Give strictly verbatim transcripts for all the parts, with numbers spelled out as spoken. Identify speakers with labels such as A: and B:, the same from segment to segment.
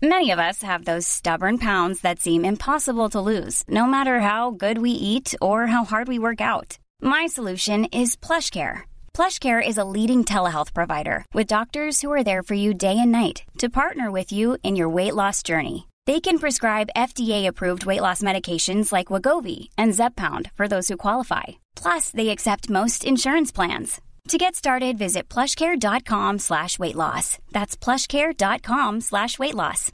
A: Many of us have those stubborn pounds that seem impossible to lose, no matter how good we eat or how hard we work out. My solution is PlushCare. PlushCare is a leading telehealth provider with doctors who are there for you day and night to partner with you in your weight loss journey. They can prescribe F D A-approved weight loss medications like Wegovy and Zepbound for those who qualify. Plus, they accept most insurance plans. To get started, visit plushcare.com slash weight loss. That's plushcare.com slash weight loss.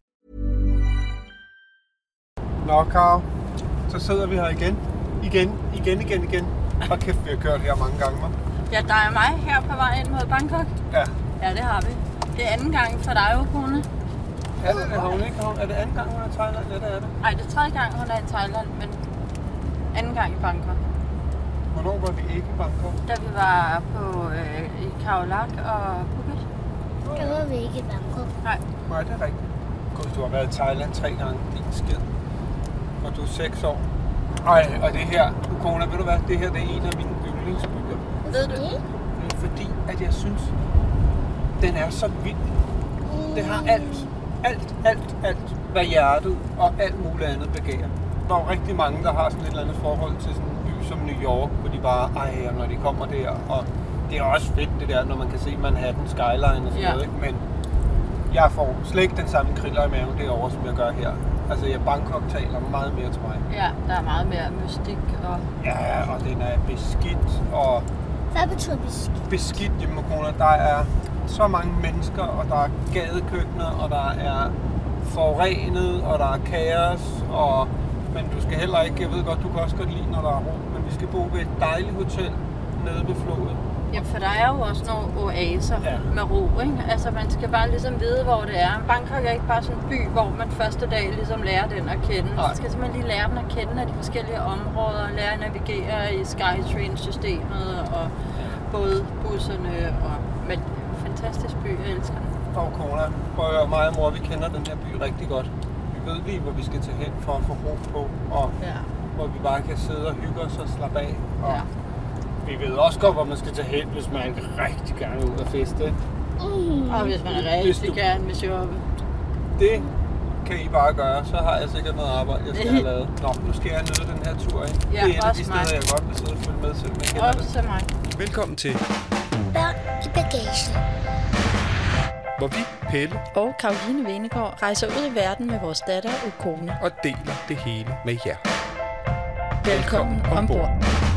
B: Nå, Karo, så sidder vi her igen. Igen, igen, igen, igen. Og kæft, vi har kørt her mange gange, hva'?
C: Ja, der er mig her på vej ind mod Bangkok.
B: Ja.
C: Ja, det har vi. Det er anden gang for dig, jo, kone.
B: Er det, det har hun ikke? Er det anden gang, hun er i Thailand? Ja, det er det.
C: Nej, det er tredje gang, hun er i Thailand, men anden gang i Bangkok.
B: Hvornår var vi ikke i Bangkok?
C: Da vi var på øh, i Khao Lak og Phuket.
D: Der var vi ikke i Bangkok.
C: Nej.
B: Nej, det er rigtigt. Gud, du har været i Thailand tre gange, din skid. Og du er seks år. Ej, og det her, Ukona, ved du hvad? Det her, det er en af mine yndlingsbyer.
C: Ved du
D: det?
B: Det er fordi, at jeg synes, den er så vild. Det har alt, alt, alt, alt, hvad hjertet og alt muligt andet begærer. Der er jo rigtig mange, der har sådan et eller andet forhold til sådan en by som New York, hvor de bare, ej, når de kommer der, og det er også fedt det der, når man kan se Manhattan skyline og sådan
C: ja.
B: noget, ikke? Men jeg får slet ikke den samme kriller i maven derovre, som jeg gør her. Altså, jeg Bangkok taler meget mere til mig.
C: Ja, der er meget mere mystik og...
B: Ja, og den er beskidt, og...
D: Hvad betyder beskidt?
B: Beskidt, jamen, Ukona, der er så mange mennesker, og der er gadekøkkener, og der er forurenet, og der er kaos, og... Men du skal heller ikke, jeg ved godt, du kan også godt lide, når der er ro, men vi skal bo ved et dejligt hotel nede ved floden.
C: Ja, for der er jo også nogle oaser
B: ja.
C: med ro, ikke? Altså, man skal bare ligesom vide, hvor det er. Bangkok er ikke bare sådan en by, hvor man første dag ligesom lærer den at kende. Man skal simpelthen lige lære den at kende af de forskellige områder, lære at navigere i Skytrain-systemet, og både busserne, og... Men fantastisk by, jeg elsker den.
B: Og Kona, prøv at høre mig og mor, vi kender den her by rigtig godt. Vi ved lige, hvor vi skal tage hen for at få ro på, og
C: ja.
B: hvor vi bare kan sidde og hygge os og slappe af. Og
C: ja.
B: vi ved også godt, hvor man skal tage hen, hvis man rigtig gerne ud og feste.
C: Mm. Og hvis man er rigtig du... gerne vil shoppe.
B: Det kan I bare gøre, så har jeg sikkert noget arbejde, jeg skal have lavet. Nå, nu skal jeg nyde den her tur, ikke?
C: Ja,
B: det er en af de steder,
C: mig.
B: jeg godt vil sidde og følge med til, men jeg kender
C: også
B: det.
C: mig.
B: Velkommen til
D: Børn i bagagen.
B: Hvor vi, Pelle
C: og Caroline Venegård, rejser ud i verden med vores datter Ukona
B: og deler det hele med jer.
C: Velkommen, Velkommen ombord.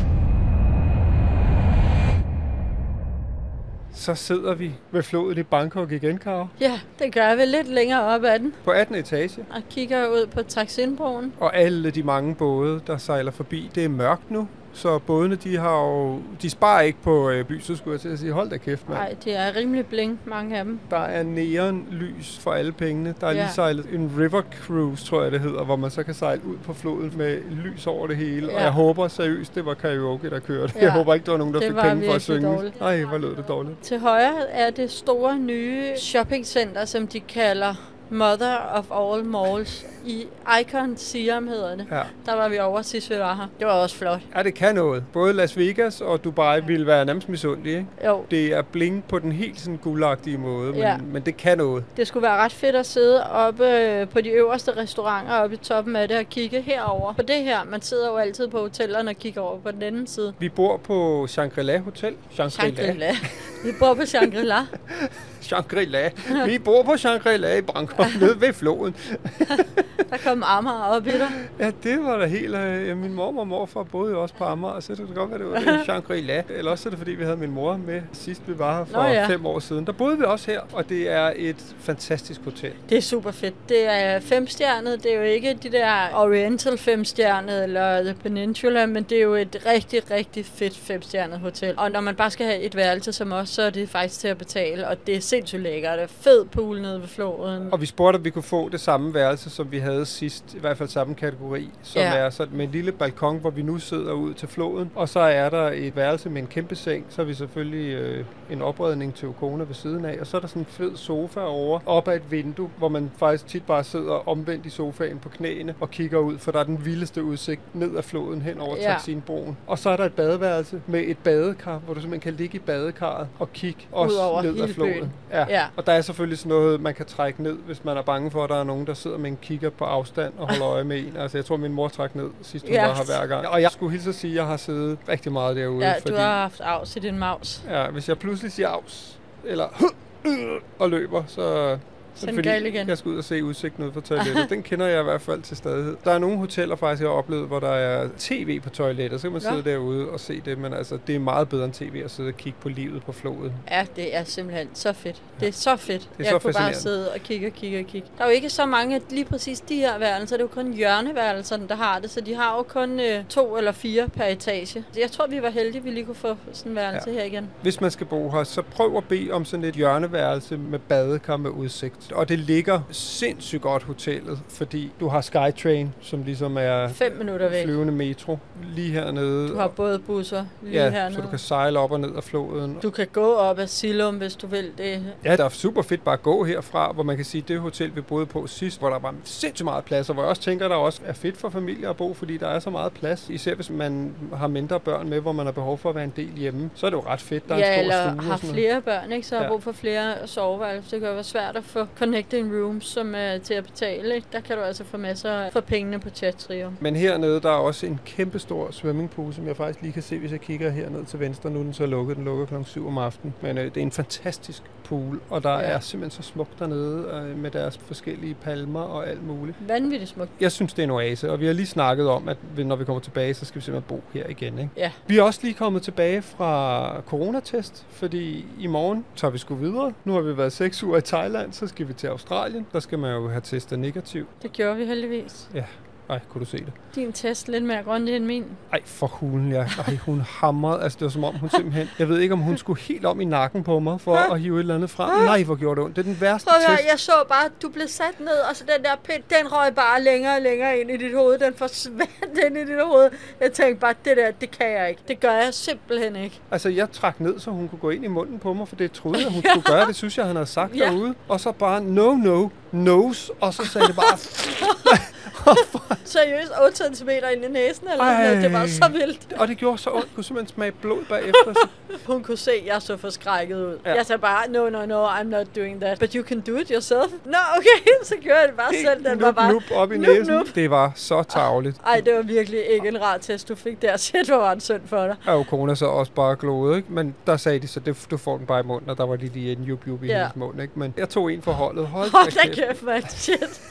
B: Så sidder vi ved floden i Bangkok igen, Karo.
C: Ja, det gør vi lidt længere op ad den.
B: På attende etage.
C: Og kigger ud på Taksinbroen.
B: Og alle de mange både, der sejler forbi, det er mørkt nu. Så bådene, de har jo, de sparer ikke på øh, lyset, skulle jeg til at sige. Hold da kæft, mand.
C: Nej, det er rimelig blink, mange af dem.
B: Der er neonlys for alle pengene. Der er
C: ja.
B: lige sejlet en river cruise, tror jeg det hedder, hvor man så kan sejle ud på floden med lys over det hele. Ja. Og jeg håber seriøst, det var karaoke, der kørte. Ja. Jeg håber ikke, der var nogen, der det fik penge for at synge.
C: Dårligt.
B: Nej, hvor lød det dårligt.
C: Til højre er det store nye shoppingcenter, som de kalder Mother of All Malls. I Icon Siam hedder det. Ja. Der var vi over sidst, vi var her. Det var også flot.
B: Ja, det kan noget. Både Las Vegas og Dubai ja. ville være nærmest misundelige, ikke?
C: Jo.
B: Det er bling på den helt sådan guldagtige måde,
C: ja.
B: men, men det kan noget.
C: Det skulle være ret fedt at sidde oppe på de øverste restauranter oppe i toppen af det og kigge herover. På det her, man sidder jo altid på hotellerne og kigger over på den anden side.
B: Vi bor på Shangri-La Hotel.
C: Shangri-La. Shangri-La. Vi bor på Shangri-La.
B: Shangri-La. Vi bor på Shangri-La i Bangkok, nede ved floden.
C: Der kom Amager op i dig.
B: Ja, det var da helt... Øh, min mor og morfar boede jo også på Amager, så det kan godt være, det var det Shangri-La. Eller også er det, fordi vi havde min mor med sidst, vi var her for Nå, ja. fem år siden. Der boede vi også her, og det er et fantastisk hotel.
C: Det er super fedt. Det er femstjernet. Det er jo ikke de der Oriental femstjernet eller The Peninsula, men det er jo et rigtig, rigtig fedt femstjernet hotel. Og når man bare skal have et værelse som os, så er det faktisk til at betale, og det er sindssygt lækkert. Det er fed pool nede ved floden.
B: Og vi spurgte, om vi kunne få det samme værelse, som vi havde sidst, i hvert fald samme kategori, som ja. er sådan med en lille balkon, hvor vi nu sidder ud til floden. Og så er der et værelse med en kæmpe seng, så er vi selvfølgelig øh, en opredning til Ukona ved siden af, og så er der sådan en fed sofa over, op ad et vindue, hvor man faktisk tit bare sidder omvendt i sofaen på knæene og kigger ud, for der er den vildeste udsigt ned ad floden hen over ja. Taksinbroen. Og så er der et badeværelse med et badekar, hvor du simpelthen kan ligge i badekarret og kigge også ned ad floden. Byen. Ja.
C: Ja.
B: Og der er selvfølgelig sådan noget, man kan trække ned, hvis man er bange for, at der er nogen, der sidder med en kigger på afstand og holder øje med en. Altså, jeg tror, min mor trak ned sidst, hun
C: Ja.
B: var her hver gang. Og jeg skulle hilse at sige, at jeg har siddet rigtig meget derude.
C: Ja,
B: fordi,
C: du har haft afs i din maus.
B: Ja, hvis jeg pludselig siger afs, eller og løber, så...
C: Så er den
B: fordi
C: gal igen.
B: jeg skal ud og se udsigten ud fra toilettet. Den kender jeg i hvert fald til stadighed. Der er nogle hoteller faktisk, jeg har oplevet, hvor der er tv på toilettet. Så kan man
C: Ja.
B: sidde derude og se det, men altså, det er meget bedre end tv at sidde og kigge på livet på floden.
C: Ja, det er simpelthen så fedt. Det er så fedt.
B: er
C: jeg
B: så
C: kunne bare
B: fascinerende.
C: sidde og kigge og kigge og kigge. Der er jo ikke så mange af lige præcis de her værelser. Det er jo kun hjørneværelserne, der har det. Så de har jo kun øh, to eller fire per etage. Jeg tror, vi var heldige, at vi lige kunne få sådan en værelse ja. her igen.
B: Hvis man skal bo her, så prøv at bede om sådan et hjørneværelse med badekar med udsigt. Og det ligger sindssygt godt hotellet, fordi du har Skytrain, som ligesom er
C: Fem minutter væk.
B: flyvende metro lige hernede.
C: Du har både busser lige
B: ja,
C: hernede.
B: så du kan sejle op og ned af floden.
C: Du kan gå op ad Silum, hvis du vil det.
B: Ja, der er super fedt bare at gå herfra, hvor man kan sige, det hotel, vi boede på sidst, hvor der var sindssygt meget plads, og hvor jeg også tænker, der også er fedt for familier at bo, fordi der er så meget plads. Især hvis man har mindre børn med, hvor man har behov for at være en del hjemme, så er det jo ret fedt. Der er
C: ja,
B: en stor
C: eller
B: stue
C: har
B: og sådan
C: flere børn, ikke? Så har
B: Ja.
C: brug for flere soveværelser. Det kan jo være svært at få connecting rooms, som er til at betale. Ikke? Der kan du altså få masser for pengene på Chatrio.
B: Men hernede, der er også en kæmpe stor swimmingpool, som jeg faktisk lige kan se, hvis jeg kigger herned til venstre. Nu er den så lukket. Den lukker klokken syv om aftenen. Men øh, det er en fantastisk pool, og der
C: Ja.
B: er simpelthen så smukt dernede øh, med deres forskellige palmer og alt muligt.
C: Vanvittigt smukt.
B: Jeg synes, det er en oase, og vi har lige snakket om, at når vi kommer tilbage, så skal vi simpelthen bo her igen. Ikke?
C: Ja.
B: Vi er også lige kommet tilbage fra coronatest, fordi i morgen tager vi sgu videre. Nu har vi været seks uger i Thailand, så skal vi til Australien. Der skal man jo have testet negativ.
C: Det gjorde vi heldigvis.
B: Ja. Ej, kunne du se det?
C: Din test lidt mere grundig end min.
B: Ej, for hulen, ja. Ej, hun hamrede. Altså, det var som om, hun simpelthen... Jeg ved ikke, om hun skulle helt om i nakken på mig, for at hive et eller andet frem. Nej, hvor gjorde det ondt. Det er den værste
C: Prøv at høre,
B: test.
C: jeg så bare, at du blev sat ned, og så den der pind, den røg bare længere og længere ind i dit hoved. Den forsvandt ind i dit hoved. Jeg tænkte bare, det der, det kan jeg ikke. Det gør jeg simpelthen ikke.
B: Altså, jeg trak ned, så hun kunne gå ind i munden på mig, for det troede jeg, hun skulle gøre. Det synes jeg, han havde sagt
C: Ja.
B: derude. Og så bare, no, no, nose. Og så sagde det bare...
C: Seriøst, otte centimeter ind i næsen, eller
B: Ej.
C: noget. Det var så vildt.
B: Og det gjorde så ondt. Jeg kunne simpelthen smage blod bagefter. Så
C: Hun kunne se, at jeg så forskrækket ud.
B: Ja.
C: Ja. Jeg sagde bare, no, no, no, I'm not doing that. But you can do it yourself. Nå, okay, så gjorde jeg det bare selv. Den var
B: nup,
C: bare...
B: nup op i
C: nup,
B: næsen.
C: nup.
B: Det var så tarveligt.
C: Ej, det var virkelig ikke en rar test, du fik der. Shit, hvor var det synd for dig.
B: Og kona så også bare glode, ikke? Men der sagde de så, det, du får den bare i munden, og der var lige lige en jup jup i
C: Ja.
B: hendes mund, ikke? Men jeg tog en for holdet. Hold
C: Hold
B: da
C: da
B: kæft.
C: kæft, mand. Shit.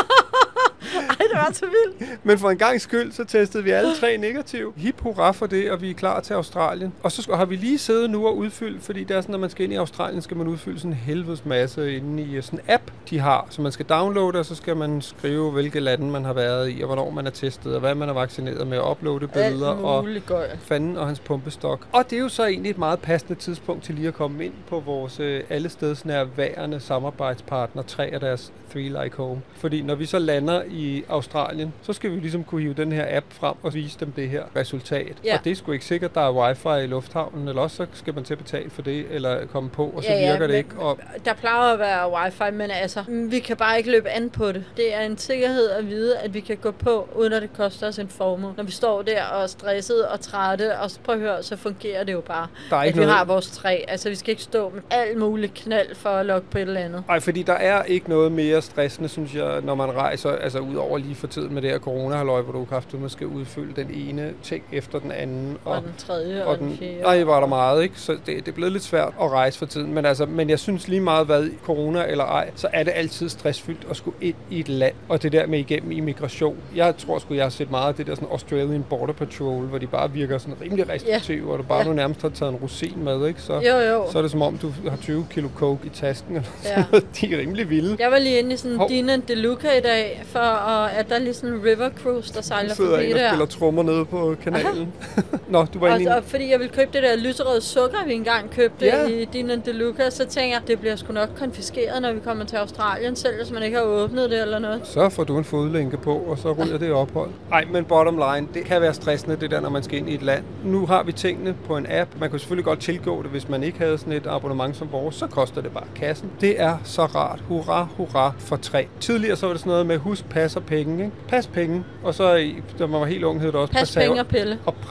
C: Ej, det var så vildt.
B: Men for en gang skyld, så testede vi alle tre negativ. Hip hurra for det, og vi er klar til Australien. Og så har vi lige siddet nu og udfyldt, fordi det er sådan, når man skal ind i Australien, skal man udfylde sådan en helvedes masse inde i sådan en app, de har. Så man skal downloade, og så skal man skrive, hvilke lande man har været i, og hvornår man er testet, og hvad man er vaccineret med, og uploade billeder,
C: Alt
B: og
C: muligt gøj.
B: fanden og hans pumpestok. Og det er jo så egentlig et meget passende tidspunkt til lige at komme ind på vores øh, allestedsnærværende samarbejdspartner, tre af deres Three Like Home. Fordi når vi så lander i Australien, så skal vi ligesom kunne hive den her app frem og vise dem det her resultat.
C: Ja.
B: Og det er sgu ikke sikkert, der er wifi i lufthavnen, eller også så skal man til at betale for det, eller komme på, og så
C: Ja, ja,
B: virker det
C: men-
B: ikke. Og
C: Der plejer at være wifi, men altså, mm, vi kan bare ikke løbe an på det. Det er en sikkerhed at vide, at vi kan gå på, uden at det koster os en formue. Når vi står der og er stresset og trætte, og prøv at høre, så fungerer det jo bare.
B: der er
C: At
B: ikke
C: vi
B: noget...
C: har vores træ. Altså, vi skal ikke stå med alt muligt knald for at logge på et eller andet.
B: Ej, fordi der er ikke noget mere stressende, synes jeg, når man rejser, altså ud over lige for tiden med det her corona-halløj, hvor du kraftigt man skal udfylde den ene ting efter den anden.
C: Og, og den tredje og,
B: og
C: og den
B: den,
C: fjerde.
B: nej, var der meget, ikke? Så det, det er blevet lidt svært at rejse for tiden. Men, altså, men jeg synes lige meget, hvad corona eller ej, så er det altid stressfyldt at skulle ind i et land. Og det der med igennem immigration. Jeg tror sgu, jeg har set meget af det der sådan Australian Border Patrol, hvor de bare virker sådan rimelig restriktive, og du bare
C: Ja.
B: nu nærmest har taget en rosin med, ikke? Så,
C: Jo, jo.
B: så er det som om, du har tyve kilo coke i tasken. Eller
C: Ja.
B: sådan noget. De er rimelig vilde.
C: Jeg var lige inde i sådan
B: Hov.
C: Dina DeLuca i dag, for at, at der er lige sådan en river cruise, der
B: Du
C: sejler
B: sidder
C: forbi
B: en og
C: der.
B: spiller trommer nede på kanalen. Nå, du var inde i...
C: Og, og fordi jeg ville købe det der lyserøde sukker, vi engang købte
B: Ja.
C: i Dina DeLuca, så tænker jeg, det bliver sgu nok konfiskeret, når vi kommer til Australien, selv hvis man ikke har åbnet det eller noget.
B: Så får du en fodlænke på, og så ryger det ophold. Ej, men bottom line, det kan være stressende, det der, når man skal ind i et land. Nu har vi tingene på en app. Man kan selvfølgelig godt tilgå det, hvis man ikke havde sådan et abonnement som vores, så koster det bare kassen. Det er så rart. Hurra, hurra for tre. Tidligere så var det sådan noget med, husk, pas og penge, ikke? Pas penge. Og så, i- da man var helt ung, hed det også
C: Pas, penge og pille.
B: og
C: Husk
B: præservativ.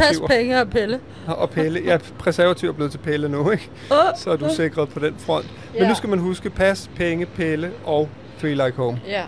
B: preservativer.
C: Pas, penge og Pelle.
B: Og Pelle. Ja, preservativer er blevet til Pelle nu, ikke? Så er du sikret på den front. Men
C: ja.
B: nu skal man huske pas, penge, Pelle og Three Like Home.
C: Ja.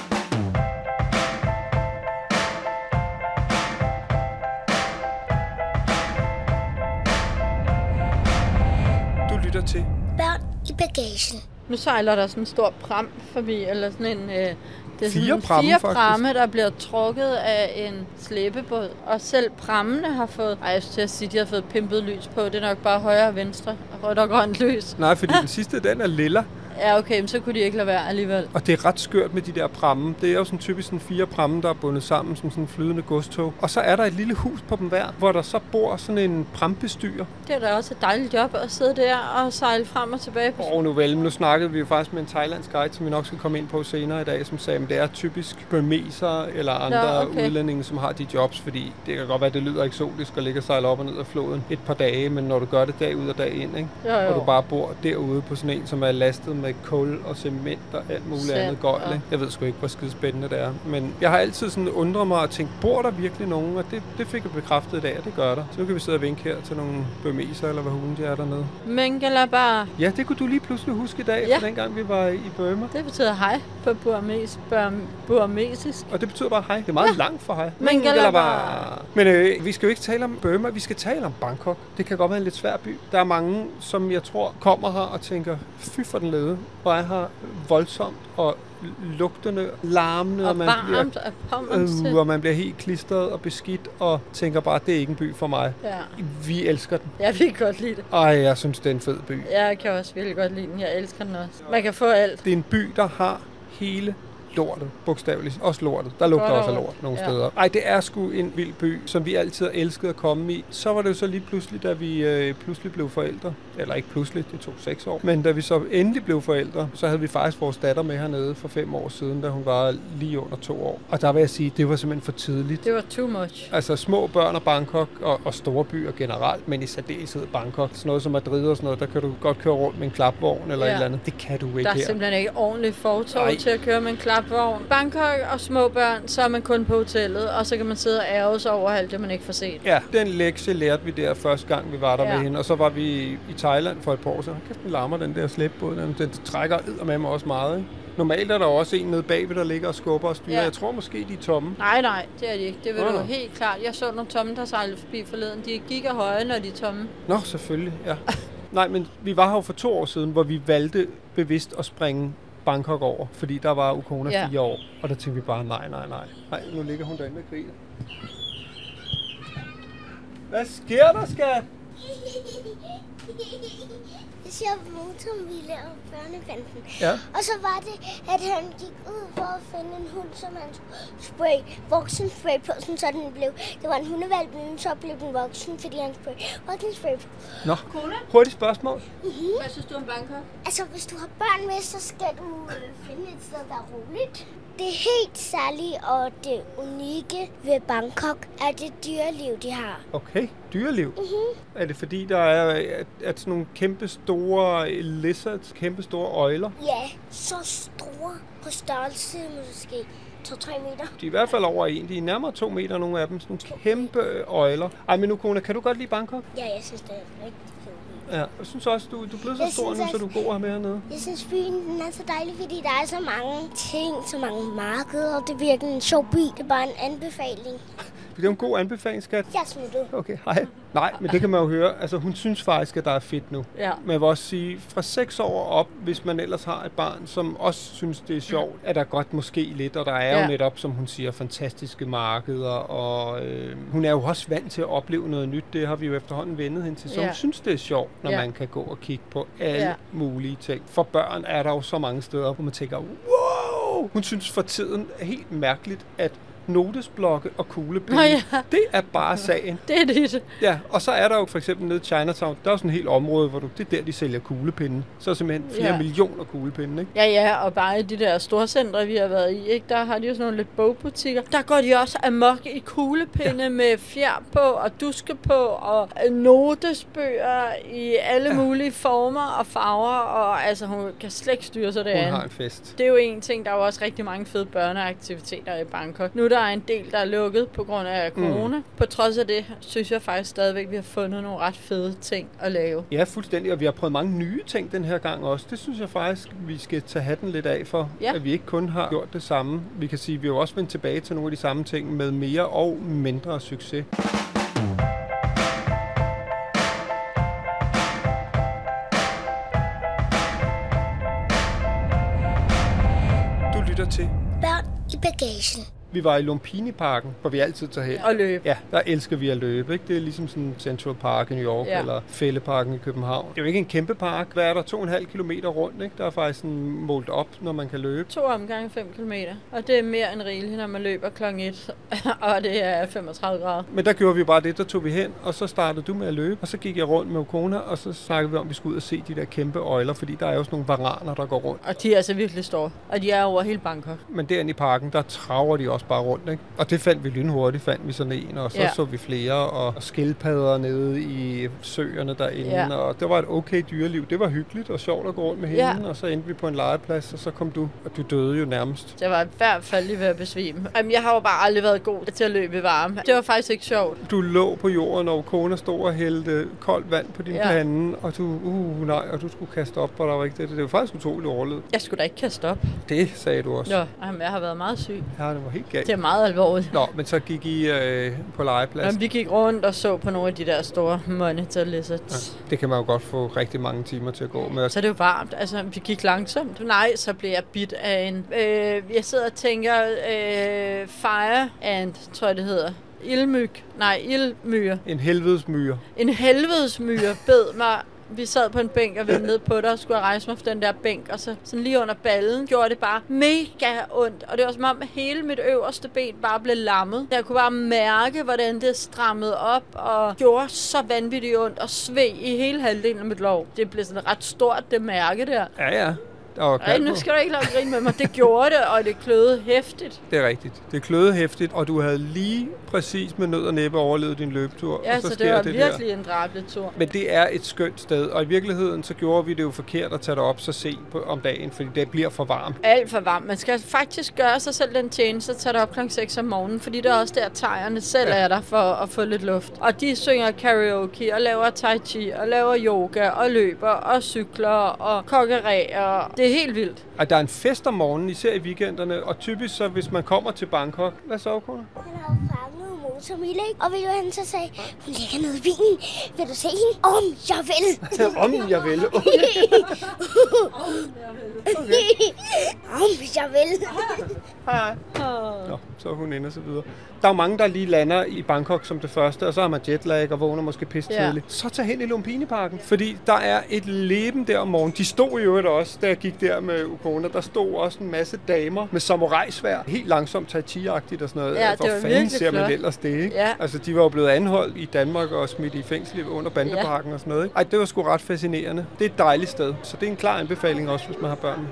B: Du lytter til
D: Børn i bagagen.
C: Nu sejler der sådan en stor pram forbi, eller sådan en... Øh, det er
B: fire
C: sådan
B: pramme,
C: fire
B: faktisk.
C: pramme, der bliver trukket af en slæbebåd. Og selv prammene har fået... Ej, jeg skulle til at sige, de har fået pimpet lys på. Det er nok bare højre og venstre. Rødt og grønt lys.
B: Nej, fordi den sidste, den er lilla.
C: Ja, okay, men så kunne de ikke lade være alligevel.
B: Og det er ret skørt med de der pramme. Det er jo sådan typisk sådan fire pramme, der er bundet sammen som sådan en flydende godstog. Og så er der et lille hus på dem hver, hvor der så bor sådan en prambestyr.
C: Det er da også et dejligt job at sidde der og sejle frem og tilbage på.
B: Og nu vel, nu snakkede vi jo faktisk med en thailandsk guide, som vi nok skal komme ind på senere i dag, som sagde, at det er typisk burmeser eller andre
C: Nå, okay.
B: udlændinge, som har de jobs, fordi det kan godt være, at det lyder eksotisk at ligge og sejle op og ned af floden et par dage, men når du gør det dag ud og dag ind, ikke?
C: Jo, jo.
B: Og du bare bor derude på sådan en, som er lastet med kul og cement og alt muligt
C: Sand,
B: andet gøjl.
C: ja.
B: Jeg ved sgu ikke, hvor skide spændende det er. Men jeg har altid sådan undret mig og tænkt, bor der virkelig nogen? Og det, det fik jeg bekræftet i dag, og det gør der. Så nu kan vi sidde og vinke her til nogle burmeser, eller hvad hulen de er dernede.
C: Mengalabar.
B: Ja, det kunne du lige pludselig huske i dag,
C: Ja.
B: for dengang vi var i Burma.
C: Det betyder hej på burmes, burm, burmesisk.
B: Og det betyder bare hej. Det er meget ja. langt for hej.
C: Mengalabar.
B: Men øh, vi skal jo ikke tale om Burma, vi skal tale om Bangkok. Det kan godt være en lidt svær by. Der er mange, som jeg tror kommer her og tænker, fy for den lede, hvor er her voldsomt og lugtende, larmende,
C: Og,
B: og man
C: varmt
B: bliver,
C: af pommers til.
B: øh, og man bliver helt klistret og beskidt og tænker bare, det er ikke en by for mig.
C: Ja.
B: Vi elsker den.
C: Jeg vil godt lide det.
B: Ej, jeg synes, det er en fed by.
C: Jeg kan også virkelig godt lide den. Jeg elsker den også. Man kan få alt.
B: Det er en by, der har hele lortet, bogstaveligt. Også lortet. Der lugter
C: Godt
B: også af
C: over.
B: lort nogle
C: Ja.
B: steder. Ej, det er sgu en vild by, som vi altid har elsket at komme i. Så var det jo så lige pludselig, da vi øh, pludselig blev forældre. Eller ikke pludselig, det tog seks år. Men da vi så endelig blev forældre, så havde vi faktisk vores datter med hernede for fem år siden, da hun var lige under to år. Og der vil jeg sige, det var simpelthen for tidligt.
C: Det var too much.
B: Altså små børn og Bangkok, og, og store byer generelt, men i særdeleshed Bangkok. Sådan noget som Madrid og sådan noget, der kan du godt køre rundt med en klapvogn eller
C: Ja.
B: et eller andet. Det kan du ikke
C: Der er
B: her.
C: simpelthen ikke ordentligt fortov
B: Nej.
C: til at køre med en klapvogn. Bangkok og små børn, så er man kun på hotellet, og så kan man sidde og ærge sig over alt det, man ikke får set.
B: Ja, den lektie lærte vi der første gang, vi var der
C: Ja.
B: med hende. Og så var vi i Thailand for et par år siden. Kæft, den larmer, den der slæbbåd. Den, den trækker med mig også meget, ikke? Normalt er der også en nede bagved, der ligger og skubber og styrer.
C: Ja.
B: Jeg tror måske, de er tomme.
C: Nej, nej, det er de ikke. Det vil
B: Nå,
C: du
B: nå.
C: helt klart. Jeg så nogle tomme, der sejlede forbi forleden. De er gigahøje, når de er tomme.
B: Nå, selvfølgelig, ja. Nej, men vi var her jo for to år siden, hvor vi valgte bevidst at springe Bangkok over, fordi der var Ukona
C: Ja.
B: fire år. Og der tænkte vi bare, nej, nej, nej. Nej, nu ligger hun derinde med griner. Hvad sker der, skat?
D: Jeg siger motoren, vi laver børnekanten.
B: Ja.
D: Og så var det, at han gik ud for at finde en hund, som han skulle spray voksenspray på, sådan, så den blev. Det var en hundevalg, men så blev den voksen, fordi han sprayede voksenspray på.
B: Nå, hurtigt spørgsmål.
C: Hvad synes du om Bangkok?
D: Altså, hvis du har børn med, så skal du øh, finde et sted, der er roligt. Det helt særlige og det unikke ved Bangkok er det dyreliv, de har.
B: Okay, dyreliv.
D: Mm-hmm.
B: Er det fordi, der er at, at sådan nogle kæmpe store lizards, kæmpe store øgler?
D: Ja, så store på størrelse måske to til tre meter.
B: De er i hvert fald over en. De er nærmere to meter, nogle af dem. Sådan nogle kæmpe øgler. Ej, men nu, Kona, kan du godt lide Bangkok?
D: Ja, jeg synes, det er rigtig fedt.
B: Ja, jeg synes også, du, du er blevet så
D: Jeg
B: stor
D: synes
B: nu, så
D: også-
B: du er god her med hernede.
D: Jeg synes, byen den er så dejlig, fordi der er så mange ting, så mange markeder, og det er virkelig en sjov by. Det er bare en anbefaling.
B: Det er jo en god anbefaling, skat.
D: Jeg smutter.
B: Okay, hej. Nej, men det kan man jo høre. Altså, hun synes faktisk, at der er fedt nu.
C: Ja.
B: Men jeg vil også sige, fra seks år op, hvis man ellers har et barn, som også synes, det er sjovt, er der godt måske lidt. Og der er
C: Ja.
B: jo netop, som hun siger, fantastiske markeder. Og øh, hun er jo også vant til at opleve noget nyt. Det har vi jo efterhånden vendet hende til. Så
C: Ja.
B: hun synes, det er sjovt, når
C: Ja.
B: man kan gå og kigge på alle
C: Ja.
B: mulige ting. For børn er der jo så mange steder, hvor man tænker, wow! Hun synes for tiden er helt mærkeligt, at notesblokke og kuglepinde,
C: Nå ja.
B: det er bare sagen.
C: Det er det.
B: Ja, og så er der jo for eksempel nede i Chinatown, der er jo sådan et helt område, hvor du, det er der, de sælger kuglepinde. Så er simpelthen flere
C: Ja.
B: millioner kuglepinde, ikke?
C: Ja, ja, og bare i de der storcentre, vi har været i, ikke? Der har de jo sådan nogle lidt bogbutikker. Der går de også amok i kuglepinde ja. med fjer på og duske på og notesbøger i alle ja. mulige former og farver. Og altså, hun kan slet ikke styre sig
B: Hun
C: derinde.
B: har en fest.
C: Det er jo en ting, der er jo også rigtig mange fede børneaktiviteter i Bangkok. Nu er der er en del, der er lukket på grund af corona. Mm. På trods af det, synes jeg faktisk stadigvæk, at vi har fundet nogle ret fede ting at lave.
B: Ja, fuldstændig. Og vi har prøvet mange nye ting den her gang også. Det synes jeg faktisk, vi skal tage hatten lidt af for, ja. At vi ikke kun har gjort det samme. Vi kan sige, at vi har også vendt tilbage til nogle af de samme ting med mere og mindre succes. Du lytter til
D: Børn i bagagen.
B: Vi var i Lumpini-parken, hvor vi altid tager hen.
C: Og løbe.
B: Ja, der elsker vi at løbe. Ikke? Det er ligesom sådan Central Park i New York, ja. Eller Fælleparken i København. Det er jo ikke en kæmpe park. Hvad er der? To og en halv kilometer rundt, ikke? Der er faktisk sådan målt op, når man kan løbe.
C: To omgange fem kilometer. Og det er mere end rigeligt, når man løber klokken et. Og det er femogtredive grader.
B: Men der gjorde vi bare det, der tog vi hen, og så startede du med at løbe. Og så gik jeg rundt med Ukona, og så snakkede vi om, at vi skulle ud og se de der kæmpe øjler, fordi der er jo sådan nogle varaner, der går rundt.
C: Og de er altså virkelig store. Og de er over hele Bangkok.
B: Men derinde i parken, der traver de også bare rundt, ikke? Og det fandt vi lynhurtigt, fandt vi sådan en, og så ja. så vi flere, og skildpadder nede i søerne derinde, ja. Og det var et okay dyreliv. Det var hyggeligt og sjovt at gå rundt med hende, ja. Og så endte vi på en legeplads, og så kom du, og du døde jo nærmest.
C: Det var i hvert fald lige ved at besvime. Jamen, jeg har jo bare aldrig været god til at løbe i varme. Det var faktisk ikke sjovt.
B: Du lå på jorden, og Kona stod og hældte koldt vand på din ja. pande, og du, uh, nej, og du skulle kaste op, og der var ikke det. Det var faktisk utroligt overlevet.
C: Jeg skulle da ikke kaste op.
B: Det sagde du også.
C: Nå, jamen, jeg har været meget syg.
B: Ja, det var helt galt.
C: Det er meget alvorligt.
B: Nå, men så gik I øh, på legepladsen.
C: Jamen, vi gik rundt og så på nogle af de der store monitor lizards.
B: Ja, det kan man jo godt få rigtig mange timer til at gå med.
C: Så det er jo varmt. Altså, vi gik langsomt. Nej, så blev jeg bidt af en... Øh, jeg sidder og tænker... Øh, fire ant, tror jeg det hedder. Ildmyg. Nej, ildmyre.
B: En helvedesmyre.
C: En helvedesmyre bed mig. Vi sad på en bænk og ventede på dig og skulle rejse mig fra den der bænk, og så sådan lige under ballen gjorde det bare mega ondt. Og det var som om, at hele mit øverste ben bare blev lammet. Jeg kunne bare mærke, hvordan det strammede op og gjorde så vanvittigt ondt og sved i hele halvdelen af mit lov. Det blev sådan ret stort, det mærke der.
B: Ja, ja.
C: Ej, nu skal du ikke lade grine med mig. Det gjorde det, og det kløede hæftigt.
B: Det er rigtigt. Det kløede hæftigt, og du havde lige præcis med nød og næppe overlevet din løbetur.
C: Ja,
B: og så,
C: så det var
B: det
C: virkelig
B: der.
C: en drabletur.
B: Men det er et skønt sted, og i virkeligheden så gjorde vi det jo forkert at tage det op så sent på, om dagen, fordi det bliver for varmt.
C: Alt for varmt. Man skal faktisk gøre sig selv den tjeneste at tage det op klokken seks om morgenen, fordi det er også der, thaierne selv ja. er der for at få lidt luft. Og de synger karaoke og laver tai chi og laver yoga og løber og cykler og kokkererer. Det er helt vildt.
B: Og der er en fest om morgenen, især i weekenderne, og typisk så, hvis man kommer til Bangkok. Hvad så, Kona?
D: Han har jo fanget motormille, ikke? Og ved du, han så sagde, hun ligger nede i bilen. Vil du se hende? Om jeg vil.
B: Om jeg vil. Okay.
D: Okay. Om jeg vil.
B: Hej. Nå, så er hun inde og så videre. Der er mange, der lige lander i Bangkok som det første, og så har man jetlag og vågner måske pisse tidligt. Ja. Så tag hen i Lumpini-parken, fordi der er et leben der om morgenen. De stod jo øvrigt også, da jeg gik der med Ukona. Der stod også en masse damer med samurai-sværd. Helt langsomt tai chi-agtigt og sådan noget.
C: Ja,
B: hvor fanden ser man ellers det, ikke?
C: Ja.
B: Altså, de var jo blevet anholdt i Danmark og smidt i fængsel under bandeparken ja. og sådan noget, ikke? Ej, det var sgu ret fascinerende. Det er et dejligt sted, så det er en klar anbefaling også, hvis man har børn.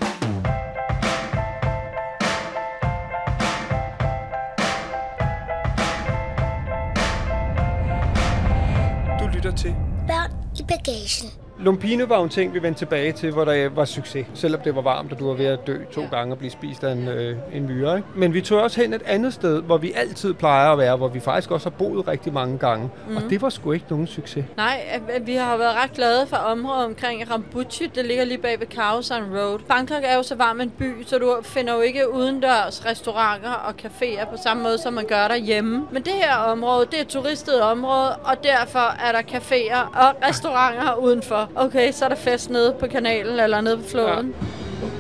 B: Til
D: Børn i bagagen.
B: Lumpini var en ting, vi vendte tilbage til, hvor der var succes. Selvom det var varmt, og du var ved at dø to ja. gange og blive spist af en, øh, en myre. Ikke? Men vi tog også hen et andet sted, hvor vi altid plejer at være, hvor vi faktisk også har boet rigtig mange gange. Mm. Og det var sgu ikke nogen succes.
C: Nej, vi har været ret glade for området omkring Rambuchi. Det ligger lige bag ved Khao San Road. Bangkok er jo så varm en by, så du finder jo ikke udendørs restauranter og caféer på samme måde, som man gør derhjemme. Men det her område, det er et turistet område, og derfor er der caféer og restauranter udenfor. Okay, så er der fest nede på kanalen eller nede på floden. Ja.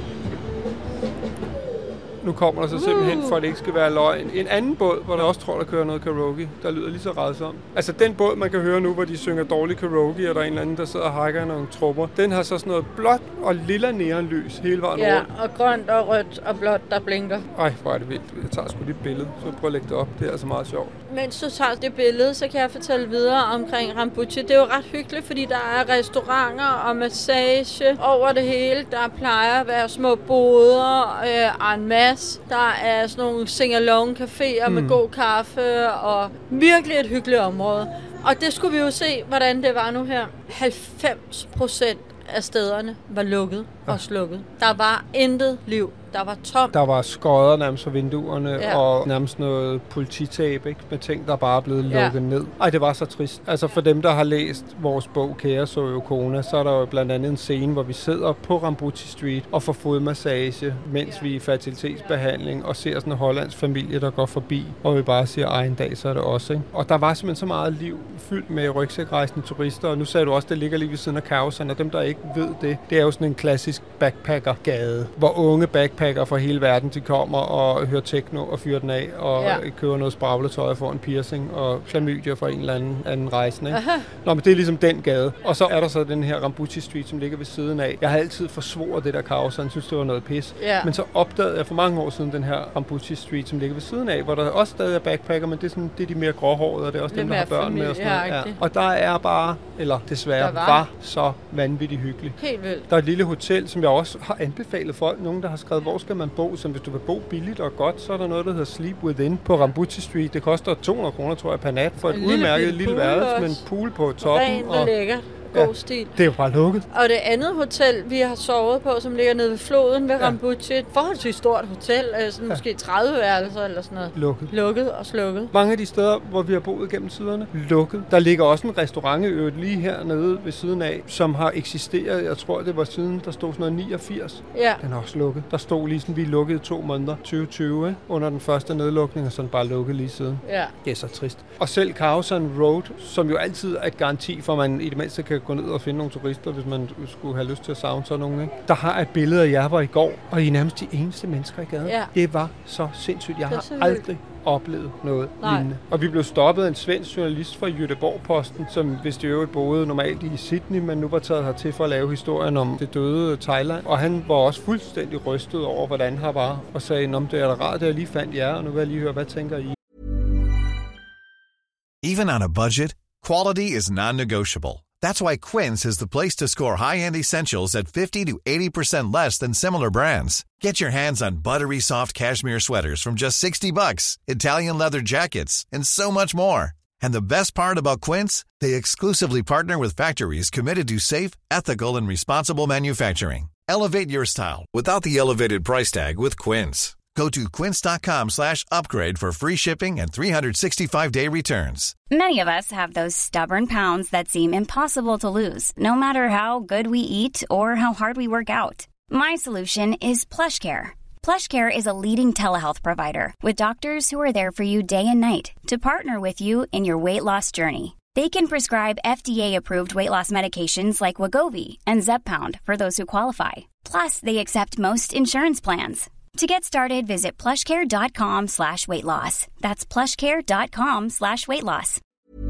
B: Nu kommer der så simpelthen, for at det ikke skal være løgn, en anden båd, hvor der også tror, der kører noget karaoke, der lyder lige så rædsomt. Altså den båd, man kan høre nu, hvor de synger dårlig karaoke, og der er en eller anden, der sidder og hakker nogle trupper, den har så sådan noget blåt og lilla neonlys hele vejen
C: ja,
B: rundt.
C: Og grønt og rødt og blåt, der blinker.
B: Ej, hvor er det vildt. Jeg tager sgu lige et billede, så prøv at lægge det op. Det er altså meget sjovt.
C: Mens du tager det billede, så kan jeg fortælle videre omkring Rambuchi. Det er jo ret hyggeligt, fordi der er restauranter og massage over det hele. Der plejer at være små boder øh, en masse. Der er sådan nogle sing-along caféer mm. med god kaffe og virkelig et hyggeligt område. Og det skulle vi jo se, hvordan det var nu her. halvfems procent af stederne var lukket og slukket. Der var intet liv der var tomt.
B: Der var skodder nærmest for vinduerne,
C: ja.
B: og nærmest noget polititab, ikke? Med ting, der bare er blevet lukket
C: ja.
B: ned. Ej, det var så trist. Altså for dem, der har læst vores bog, Kære så jo Kona, så er der jo blandt andet en scene, hvor vi sidder på Rambuti Street og får fodmassage, mens ja. vi er i fertilitetsbehandling, og ser sådan en hollandsk familie, der går forbi, og vi bare siger, ej, en dag, så er det også, ikke? Og der var simpelthen så meget liv fyldt med rygsækrejsende turister, og nu sagde du også, det ligger lige ved siden af Kaosan, og dem, der ikke ved det, det er jo sådan en klassisk backpackergade, hvor unge backpacker fra hele verden, de kommer og hører techno og fyrer den af, og ja. køber noget spragletøj og får en piercing og klamydia fra en eller anden, anden rejsende. Ikke? Nå, men det er ligesom den gade. Og så er der så den her Rambuti Street, som ligger ved siden af. Jeg har altid forsvoret det der Kaosan, synes det var noget pis. Ja. Men så opdagede jeg for mange år siden den her Rambuti Street, som ligger ved siden af, hvor der også stadig er backpacker, men det er, sådan, det er de mere gråhårede, og det er også
C: det
B: dem, der har børn
C: familie,
B: med og sådan noget. Ja. Og der er bare, eller desværre, var. var så vanvittigt hyggeligt.
C: Helt vildt.
B: Der er et lille hotel, som jeg også har anbefalet folk. Nogen, der har skrevet, hvor skal man bo? Som hvis du vil bo billigt og godt, så er der noget, der hedder Sleep Within på Rambuti Street. Det koster to hundrede kroner, tror jeg, per nat for et en udmærket lille, lille værelse med en pool på toppen.
C: Rent og lækkert. God ja, stil.
B: Det er jo bare lukket.
C: Og det andet hotel, vi har sovet på, som ligger nede ved floden ved ja. Rambuti, et forholdsvis stort hotel, altså ja. måske tredive værelser eller sådan noget.
B: Lukket.
C: Lukket og slukket.
B: Mange af de steder, hvor vi har boet gennem tiderne, lukket. Der ligger også en restaurant i øvrigt lige hernede ved siden af, som har eksisteret, jeg tror det var siden, der stod sådan noget niogfirs.
C: Ja.
B: Den er også lukket. Der stod lige sådan, vi lukkede to måneder, tyve tyve, ikke? Under den første nedlukning, og sådan bare lukket lige siden.
C: Ja.
B: Det er så trist. Og selv Kaosan Road, som jo altid er et garanti for, at man i det mindste kan gå ned og finde nogle turister, hvis man skulle have lyst til at savne sådan nogen, ikke? Der har et billede af jer var i går, og I er nærmest de eneste mennesker i gaden. Ja. Det var så sindssygt. Jeg har aldrig oplevet noget Nej. lignende. Og vi blev stoppet af en svensk journalist fra Göteborg-Posten, som hvis det øvrigt boede normalt i Sydney, men nu var taget hertil for at lave historien om det døde Thailand. Og han var også fuldstændig rystet over, hvordan han var, og sagde, om det er da rart, at jeg lige fandt jer, og nu vil jeg lige høre, hvad tænker I?
E: Even on a budget, quality is non-negotiable. That's why Quince is the place to score high-end essentials at fifty to eighty percent less than similar brands. Get your hands on buttery soft cashmere sweaters from just sixty bucks, Italian leather jackets, and so much more. And the best part about Quince, they exclusively partner with factories committed to safe, ethical, and responsible manufacturing. Elevate your style without the elevated price tag with Quince. Go to quince.com slash upgrade for free shipping and three sixty-five day returns.
A: Many of us have those stubborn pounds that seem impossible to lose, no matter how good we eat or how hard we work out. My solution is PlushCare. PlushCare is a leading telehealth provider with doctors who are there for you day and night to partner with you in your weight loss journey. They can prescribe F D A-approved weight loss medications like Wegovy and Zepbound for those who qualify. Plus, they accept most insurance plans. To get started, visit plushcare.com slash weight loss. That's plushcare.com slash weight loss.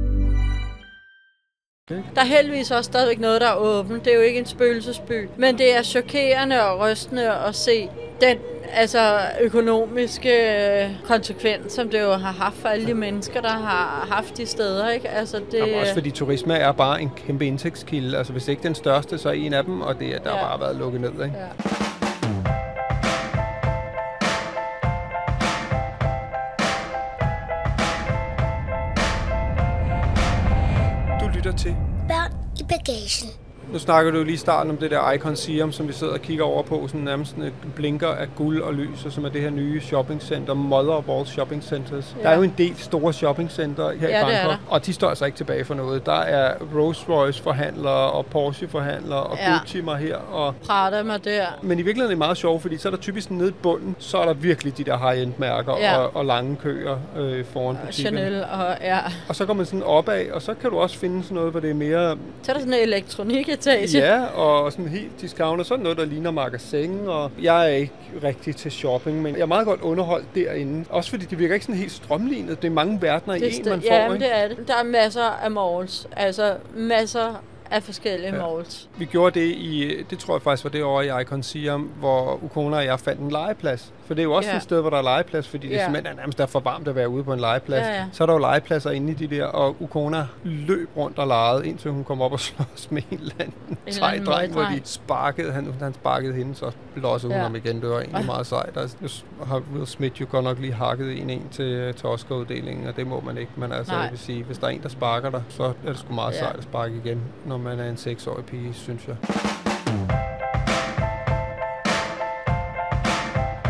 C: Der er heldigvis også stadigvæk noget, der er åbent. Det er jo ikke en spøgelsesby. Men det er chokerende og rystende at se den altså, økonomiske konsekvens, som det jo har haft for alle de mennesker, der har haft de steder. Ikke? Altså, det...
B: Jamen, også fordi turisme er bare en kæmpe indtægtskilde. Altså hvis ikke den største, så er en af dem, og det er der ja. bare været lukket ned. Ikke? Ja. Til.
D: Børn i bagagen.
B: Nu snakker du jo lige i starten om det der Icon Siam, som vi sidder og kigger over på, sådan nærmest sådan et blinker af guld og lys, og som er det her nye shoppingcenter, Mother of All Shopping Centers. Ja. Der er jo en del store shoppingcenter her ja, i Bangkok, og de står altså ikke tilbage for noget. Der er Rolls-Royce forhandlere og Porsche forhandlere og ja. Gucci mig her. Og
C: Prada mig der.
B: Men i virkeligheden er det meget sjovt, fordi så er der typisk nede i bunden, så er der virkelig de der high-end mærker ja. og, og lange køer øh, foran butikkerne.
C: Chanel og ja.
B: Og så går man sådan opad, og så kan du også finde sådan noget, hvor det er mere...
C: Så er der sådan en elektronik.
B: Ja, og sådan helt discounter, sådan noget, der ligner magasin, og jeg er ikke rigtig til shopping, men jeg er meget godt underholdt derinde. Også fordi det virker ikke sådan helt strømlignet. Det er mange verdener i en, man får,
C: ja,
B: ikke?
C: det er det. Der er masser af malls, altså masser af forskellige ja. malls.
B: Vi gjorde det i, det tror jeg faktisk var det over i Icon Siam, hvor Ukona og jeg fandt en legeplads. For det er jo også ja. et sted, hvor der er legeplads, fordi det ja. simpelthen er nærmest er for varmt at være ude på en legeplads. Ja, ja. Så er der jo legepladser inde i de der, og Ukona løb rundt og legede, indtil hun kom op og slås med en eller anden tejdreng, hvor de sparkede, han, han sparkede hende, så blossede ja. hun ham igen. Det var egentlig meget sejt. Der har Will Smith jo godt nok lige hakket en en til, til Oscar-uddelingen, og det må man ikke. Men altså, jeg vil sige, hvis der er en, der sparker dig, så er det sgu meget ja. sejt at sparke igen, når man er en seksårig pige, synes jeg.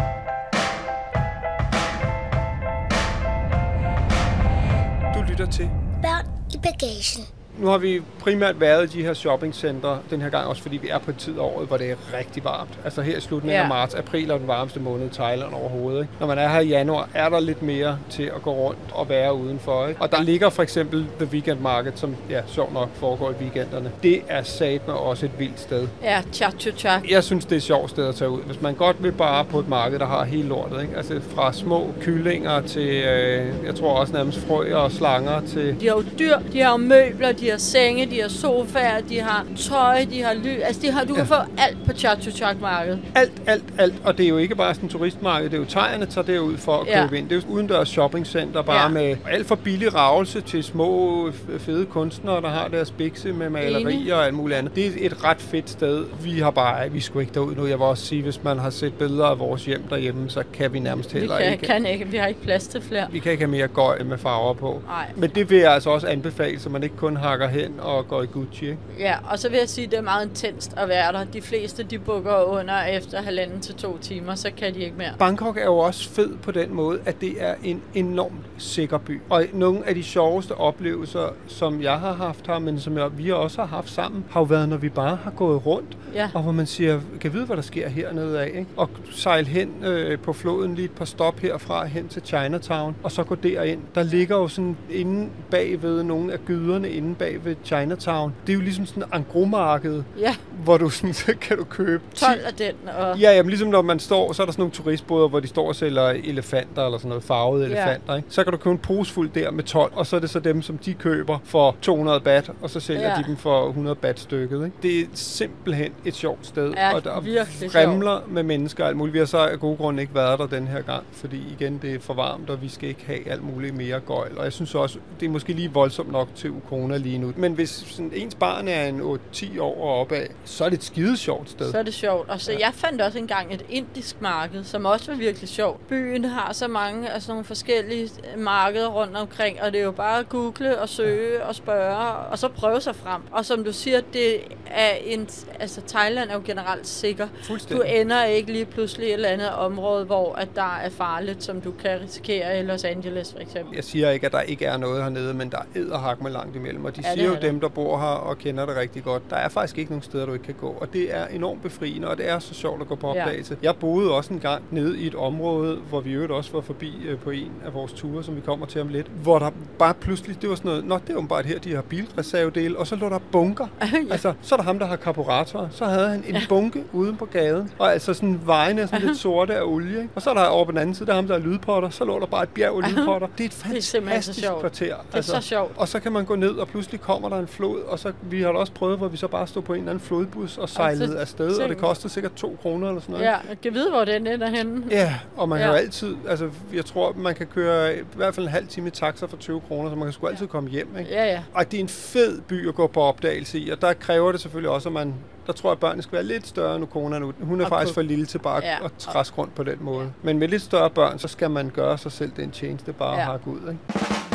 B: lytter til
D: Børn i bagagen.
B: Nu har vi primært været i de her shoppingcentre den her gang, også fordi vi er på en tid af året, hvor det er rigtig varmt. Altså her i slutningen ja. af marts, april er den varmeste måned i Thailand overhovedet. Ikke? Når man er her i januar, er der lidt mere til at gå rundt og være udenfor. Ikke? Og der ligger for eksempel The Weekend Market, som ja, sjovt nok foregår i weekenderne. Det er satme også et vildt sted.
C: Ja, cha-cha-cha.
B: Jeg synes, det er et sjovt sted at tage ud. Hvis man godt vil bare på et marked, der har hele lortet. Ikke? Altså fra små kyllinger til, øh, jeg tror også nærmest frøer og slanger til...
C: De har jo dyr, de har jo møbler, de har senge, de har sofaer, de har tøj, de har ly. Altså, de har, du kan ja. få alt på Chatuchak-markedet.
B: Alt, alt, alt. Og det er jo ikke bare sådan en turistmarked. Det er jo thaierne, der tager derud for at ja. købe ind. Det er jo udendørs shoppingcenter, bare ja. med alt for billig ravelse til små, fede kunstnere, der har deres bikse med malerier og alt muligt andet. Det er et ret fedt sted. Vi har bare, vi skulle ikke derud nu. Jeg vil også sige, hvis man har set billeder af vores hjem derhjemme, så kan vi nærmest heller
C: vi kan,
B: ikke.
C: kan ikke. Vi har ikke plads til flere.
B: Vi kan ikke have mere gøj med farver på.
C: Nej.
B: Men det vil jeg altså også anbefale, så man ikke kun hakker hen og går i Gucci, ikke?
C: Ja, og så vil jeg sige, at det er meget intenst at være der. De fleste, de booker under efter halvanden til to timer, så kan de ikke mere.
B: Bangkok er jo også fed på den måde, at det er en enormt sikker by. Og nogle af de sjoveste oplevelser, som jeg har haft her, men som jeg, vi også har haft sammen, har jo været, når vi bare har gået rundt,
C: ja.
B: og hvor man siger, kan vide, hvad der sker hernede af, ikke? Og sejle hen øh, på floden lige et par stop herfra hen til Chinatown, og så gå derind. Der ligger jo sådan inde bagved nogle af gyderne inde bagved Chinatown. Det er jo ligesom sådan en engrosmarked,
C: ja.
B: hvor du sådan, så kan du købe
C: tolv af den. Og...
B: Ja, jamen ligesom når man står, så er der sådan nogle turistboder, hvor de står og sælger elefanter eller sådan noget, farvede ja. elefanter, ikke? Så kan du købe en pose fuld der med tolv, og så er det så dem, som de køber for to hundrede baht, og så sælger ja. de dem for hundrede baht stykket, ikke? Det er simpelthen et sjovt sted,
C: ja,
B: og der
C: fremler
B: med mennesker og alt muligt. Vi har så af gode grunde ikke været der den her gang, fordi igen, det er for varmt, og vi skal ikke have alt muligt mere gøjl. Og jeg synes også, det er måske lige voldsomt nok til Ukona lige nu. Men hvis sådan, ens barn er en otte ti år og opad, så er det et skide sjovt sted.
C: Så er det sjovt. Og så ja. jeg fandt også engang et indisk marked, som også var virkelig sjovt. Byen har så mange af sådan nogle forskellige markeder rundt omkring, og det er jo bare at google og søge og spørge, og så prøve sig frem. Og som du siger, det er en, altså Thailand er jo generelt sikker. Du ender ikke lige pludselig et eller andet område, hvor at der er farligt, som du kan risikere i Los Angeles for eksempel.
B: Jeg siger ikke, at der ikke er noget hernede, men der er edderhak med langt imellem, og de ja, siger jo dem, der bor her og kender det rigtig godt. Der er faktisk ikke nogen steder, du ikke kan gå, og det er enormt befriende, og det er så sjovt at gå på opdagelse. Ja. Jeg boede også en gang nede i et område, hvor vi øvrigt også var forbi øh, på en af vores ture, som vi kommer til om lidt, hvor der bare pludselig, det var sådan noget, nå, det er jo bare her, de har bilreservedele, og så lå der bunker. ja. Altså, så er der ham, der har karburatorer, så havde han en ja. bunke ude på gaden, og altså sådan vejene er sådan lidt sorte af olie, ikke? Og så er der over på den anden side, der er ham, der er lydpotter, så lå der bare et bjerg af lydpotter. Det er et fantastisk
C: det er
B: kvarter.
C: Det er altså. så sjovt.
B: Og så kan man gå ned, og pludselig kommer der en flod, og så, vi har da også prøvet, hvor vi så bare stod på en eller anden flodbus og sejlede og afsted, så, og det kostede sikkert to kroner eller sådan noget.
C: Ja, jeg kan vide, hvor den ender henne.
B: Ja, og man ja. kan jo altid, altså jeg tror, man kan køre i hvert fald en halv time i taxa for tyve kroner, så man kan sgu altid komme hjem, ikke?
C: Ja, ja.
B: Og det er en fed by at gå på opdagelse i, og der kræver det selvfølgelig også, at man, der tror jeg, at børnene skal være lidt større end Ukona nu. Hun er og faktisk på. for lille til bare ja. at træske rundt på den måde. Ja. Men med lidt større børn, så skal man gøre sig selv den tjeneste bare ja. at hakke ud, ikke?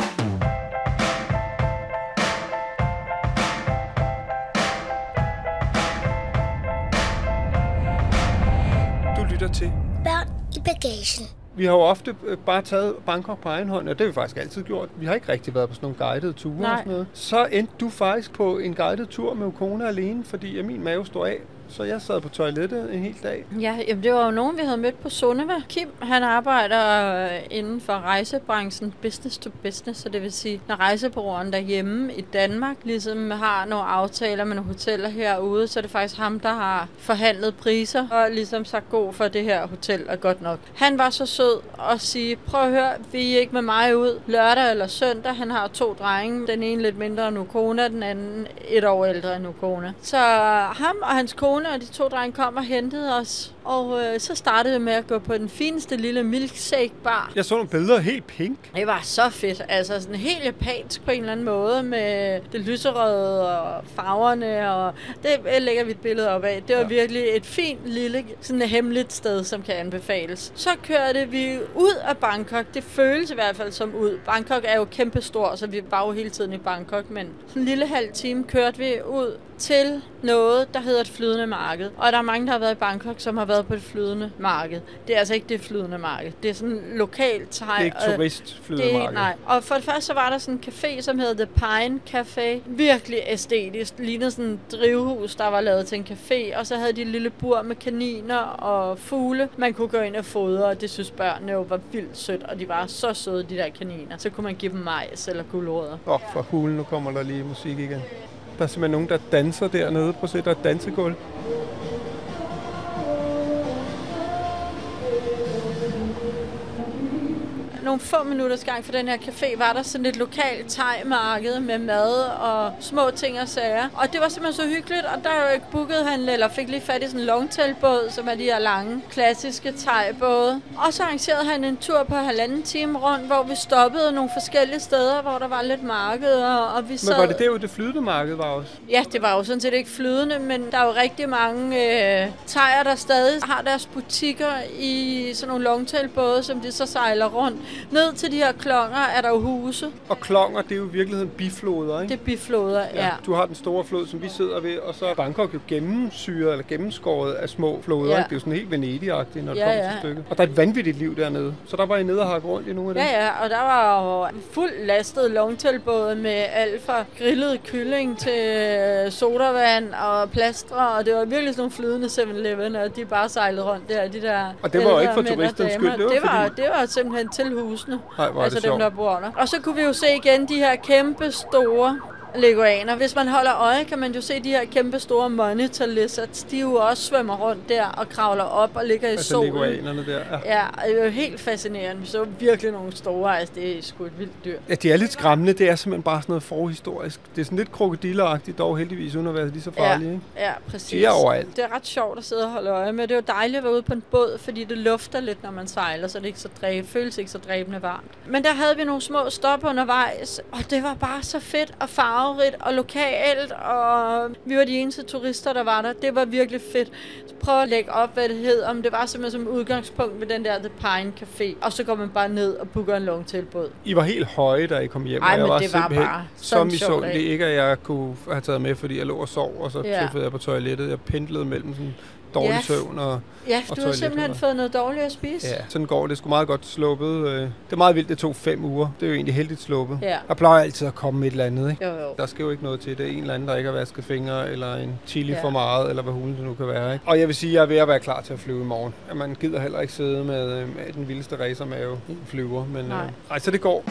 B: Til
D: børn i bagagen.
B: Vi har jo ofte bare taget Bangkok på egen hånd, og det har vi faktisk altid gjort. Vi har ikke rigtig været på sådan nogle guidede ture Nej. og sådan noget. Så endte du faktisk på en guided tur med Ukona alene, fordi min mave stod af. Så jeg sad på toilettet en hel dag.
C: Ja, jamen det var jo nogen, vi havde mødt på Soneva. Kim, han arbejder inden for rejsebranchen, business to business, så det vil sige, når rejsebureauerne derhjemme i Danmark ligesom har nogle aftaler med nogle hoteller herude, så er det faktisk ham, der har forhandlet priser og ligesom sagt god for det her hotel er godt nok. Han var så sød at sige, prøv at høre, vi er ikke med mig ud lørdag eller søndag. Han har to drenge, den ene lidt mindre end Ukona, den anden et år ældre end Ukona. Så ham og hans kone og de to drenge kom og hentede os, og øh, så startede vi med at gå på den fineste lille milkshake bar.
B: Jeg så nogle billeder helt pink.
C: Det var så fedt, altså sådan helt japansk på en eller anden måde, med det lyserøde og farverne, og det lægger vi et billede op af. Det var ja. virkelig et fint lille, sådan et hemmeligt sted, som kan anbefales. Så kørte vi ud af Bangkok, det føles i hvert fald som ud. Bangkok er jo kæmpestor, så vi var jo hele tiden i Bangkok, men sådan en lille halv time kørte vi ud til noget, der hedder et flydende marked. Og der er mange, der har været i Bangkok, som har været været på et flydende marked. Det er altså ikke det flydende marked. Det er sådan lokalt thai.
B: Det er ikke turistflydende marked.
C: Nej. Og for det første så var der sådan en café, som hedder The Pine Café. Virkelig æstetisk. Lignede sådan et drivhus, der var lavet til en café. Og så havde de et lille bur med kaniner og fugle. Man kunne gå ind og fodre, og det synes børnene jo var vildt sødt. Og de var så søde, de der kaniner. Så kunne man give dem majs eller gulerødder.
B: Åh, oh, for hulen, nu kommer der lige musik igen. Der er simpelthen nogen, der danser dernede. Prøv at se, der er et dansegulv.
C: Nogle få minutters gang for den her café var der sådan et lokalt thai-marked med mad og små ting og sager. Og det var simpelthen så hyggeligt, og der bookede han, eller fik lige fat i sådan en longtail-båd, som er de her lange, klassiske thai-både. Og så arrangerede han en tur på halvanden time rundt, hvor vi stoppede nogle forskellige steder, hvor der var lidt marked, og, og vi sad...
B: Men var det derude, det flydende marked var også?
C: Ja, det var jo sådan set ikke flydende, men der er jo rigtig mange øh, thaier, der stadig har deres butikker i sådan nogle longtail-både, som de så sejler rundt. Ned til de her klonger er der jo huse.
B: Og klonger, det er jo i virkeligheden bifloder, ikke?
C: Det er bifloder, ja. ja.
B: Du har den store flod, som vi sidder ved, og så er Bangkok jo gennemsyret eller gennemskåret af små floder.
C: Ja.
B: Ikke? Det er jo sådan helt Venedig-agtigt, når det
C: ja,
B: kommer
C: ja.
B: til stykket. Og der er et vanvittigt liv dernede. Så der var I nede og hakke rundt i nogle af dem?
C: Ja, ja, og der var jo fuldt lastet longtailbåde med alt fra grillet kylling til sodavand og plastre, og det var virkelig sådan nogle flydende seven eleven, og de bare sejlede rundt der, de der.
B: Og det var jo ikke for turisternes skyld,
C: det var,
B: det var,
C: fordi... det var simpelthen til husene.
B: Nej, var
C: altså
B: det
C: dem,
B: sjovt.
C: der bor der. Og så kunne vi jo se igen de her kæmpe store leguaner. Hvis man holder øje, kan man jo se de her kæmpe store monitor lizards. De jo også svømmer rundt der og kravler op og ligger i
B: altså
C: solen.
B: leguanerne der. Ja.
C: Ja, det er jo helt fascinerende. Vi så virkelig nogle store, altså det er sgu et vildt dyr.
B: Ja, de er lidt skræmmende. Det er simpelthen bare sådan noget forhistorisk. Det er sådan lidt krokodilleragtigt, dog heldigvis uden at være lige så farlige.
C: Ja,
B: ikke?
C: ja, præcis.
B: De er overalt.
C: Det er ret sjovt at sidde og holde øje med. Det er jo dejligt at være ude på en båd, fordi det lufter lidt, når man sejler, så det ikke så dræb, føles ikke så dræbende varmt. Men der havde vi nogle små stop undervejs, og det var bare så fedt og farverigt og lokalt. Alt, og vi var de eneste turister, der var der. Det var virkelig fedt. Så prøv at lægge op, hvad det hed, om det var simpelthen som udgangspunkt ved den der The Pine Café. Og så går man bare ned og booker en longtailbåd.
B: I var helt høje, da I kom hjem.
C: Ej,
B: jeg
C: men
B: var
C: det var bare
B: som I så det ikke, at jeg kunne have taget med, fordi jeg lå og sov, og så
C: ja.
B: tøffede jeg på toilettet. Jeg pendlede mellem sådan dårlig
C: ja.
B: søvn og
C: Ja, for du har simpelthen og... fået noget dårligt at spise.
B: Ja, sådan går det. Det er sgu meget godt sluppet. Det er meget vildt, det tog fem uger. Det er jo egentlig heldigt sluppet.
C: Ja.
B: Jeg plejer altid at komme med et eller andet, ikke?
C: Jo, jo.
B: Der skal jo ikke noget til det. En eller anden, der ikke har vasket fingre, eller en chili
C: ja.
B: for meget, eller hvad hulen det nu kan være, ikke? Og jeg vil sige, at jeg er ved at være klar til at flyve i morgen. Man gider heller ikke sidde med, med den vildeste racermave i flyver, men
C: Nej.
B: Øh, ej, så det går.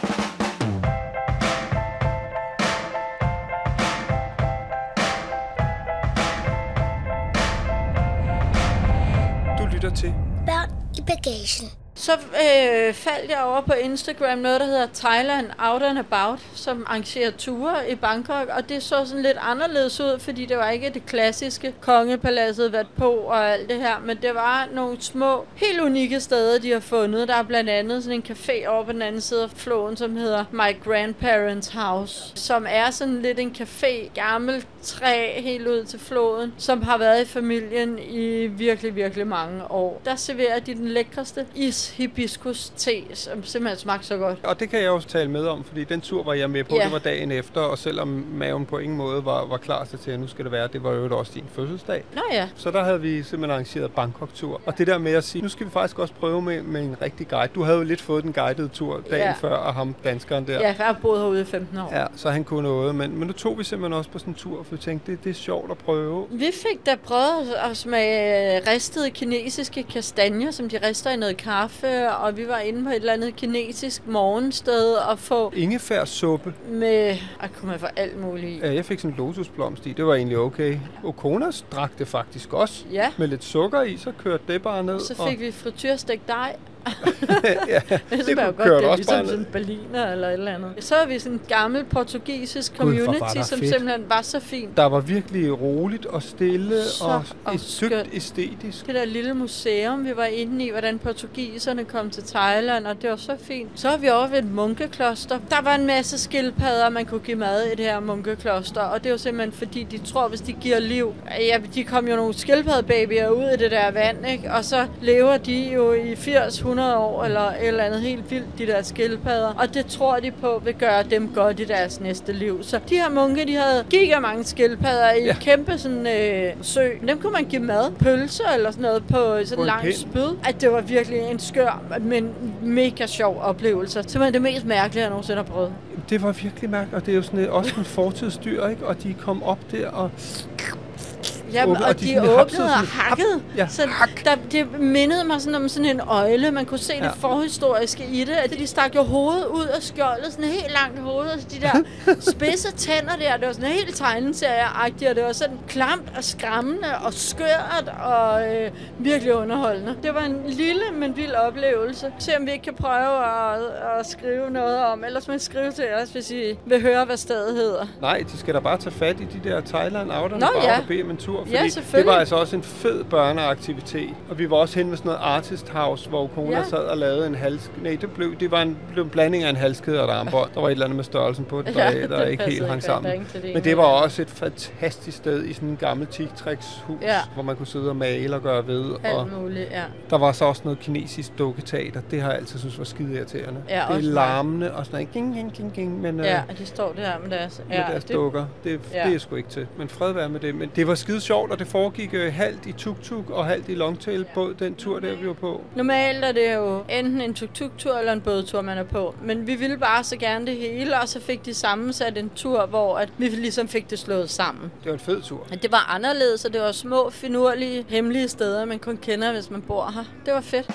B: Til.
D: Børn i bagagen.
C: Så øh, faldt jeg over på Instagram noget, der hedder Thailand Out and About, som arrangerer ture i Bangkok, og det så sådan lidt anderledes ud, fordi det var ikke det klassiske kongepaladset været på og alt det her, men det var nogle små, helt unikke steder, de har fundet. Der er blandt andet sådan en café over på den anden side af floden, som hedder My Grandparents' House, som er sådan lidt en café, gammelt træ helt ud til floden, som har været i familien i virkelig, virkelig mange år. Der serverer de den lækreste is hibiscus te, som simpelthen smagte så godt.
B: Og det kan jeg også tale med om, fordi den tur var jeg med på, ja. Det var dagen efter, og selvom maven på ingen måde var, var klar til, at nu skal det være, det var jo også din fødselsdag.
C: Nå ja.
B: Så der havde vi simpelthen arrangeret Bangkok-tur. Og det der med at sige, nu skal vi faktisk også prøve med, med en rigtig guide. Du havde jo lidt fået den guidede tur dagen ja. før af ham, danskeren der.
C: Ja, for jeg har boet herude i femten år.
B: Ja, så han kunne noget, men, men nu tog vi simpelthen også på sådan en tur, for vi tænkte, det, det er sjovt at prøve.
C: Vi fik da prøvet at smage ristede kinesiske kastanjer, som de rister i noget kaffe, og vi var inde på et eller andet kinesisk morgensted og få
B: ingefærsuppe
C: med, og kunne man få alt muligt i.
B: Ja, jeg fik sådan en lotusblomst i, det var egentlig okay. Okonas drak det faktisk også,
C: ja.
B: Med lidt sukker i, så kørte det bare ned.
C: Så fik og... vi frityrstegt dej.
B: ja,
C: det, det kunne godt, det er ligesom sådan en berliner eller et eller andet. Så er vi sådan en gammel portugisisk community, God, som fedt. Simpelthen var så fint.
B: Der var virkelig roligt og stille
C: så,
B: og,
C: og
B: dybt æstetisk.
C: Det der lille museum, vi var inde i, hvordan portugiserne kom til Thailand, og det var så fint. Så er vi over ved et munkekloster. Der var en masse skildpadder, man kunne give mad i det her munkekloster, og det var simpelthen fordi, de tror, hvis de giver liv, ja, de kom jo nogle skildpaddebabyer ud i det der vand, ikke? Og så lever de jo i firs hundrede år, eller et eller andet helt vildt, de der skildpadder. Og det tror de på vil gøre dem godt i deres næste liv. Så de her munke, de havde giga mange skildpadder i ja. en kæmpe sådan øh, sø. Dem kunne man give mad, pølser eller sådan noget på sådan en lang spyd. At det var virkelig en skør, men mega sjov oplevelse. Simpelthen det mest mærkelige, jeg nogensinde har prøvet.
B: Det var virkelig mærkeligt, og det er jo sådan et, også en fortidsdyr, ikke? Og de kom op der og...
C: Jamen, og, og de, de åbnede og hakkede. Ja, så hak. der, det mindede mig sådan om sådan en øgle. Man kunne se ja. det forhistoriske i det. At de stak jo hovedet ud af skjoldet, sådan helt langt hoved. Og de der spidse tænder der, det var sådan helt tegneserieagtigt. Og det var sådan klamt og skræmmende og skørt og øh, virkelig underholdende. Det var en lille, men vild oplevelse. Se om vi ikke kan prøve at, at skrive noget om. Ellers må I skrive til os, hvis I vil høre, hvad stedet hedder.
B: Nej, de skal da bare tage fat i de der Thailand-outerne.
C: Nå
B: bare
C: ja.
B: og bede om en tur. Fordi
C: ja,
B: det var altså også en fed børneaktivitet. Og vi var også hen med sådan noget artist house, hvor Kona ja. sad og lavede en hals... Nej, det blev, det var en, blev en blanding af en halskæde og et armbånd. Der var et eller andet med størrelsen på det, der, ja, der ikke helt hang sammen. Det Men det var også et fantastisk sted i sådan en gammel teaktrækshus, ja. hvor man kunne sidde og male og gøre ved.
C: Alt
B: og
C: muligt, ja.
B: Der var så også noget kinesisk dukketeater. Det har jeg altid synes var skide irriterende. Ja, det er larmende og sådan noget. Ging, ging, ging, ging, men,
C: ja, øh, de står der med deres,
B: med
C: ja,
B: deres
C: det,
B: dukker. Det, ja. det er sgu ikke til. Men fred være med det. Men det var skide sjovt, og det foregik øh, halvt i tuk-tuk og halvt i longtail båd, den tur der, vi var på.
C: Normalt er det jo enten en tuk-tuk-tur eller en bådtur, man er på. Men vi ville bare så gerne det hele, og så fik de sammensat en tur, hvor at vi ligesom fik det slået sammen.
B: Det var en fed tur.
C: Det var anderledes, og det var små, finurlige, hemmelige steder, man kun kender, hvis man bor her. Det var fedt.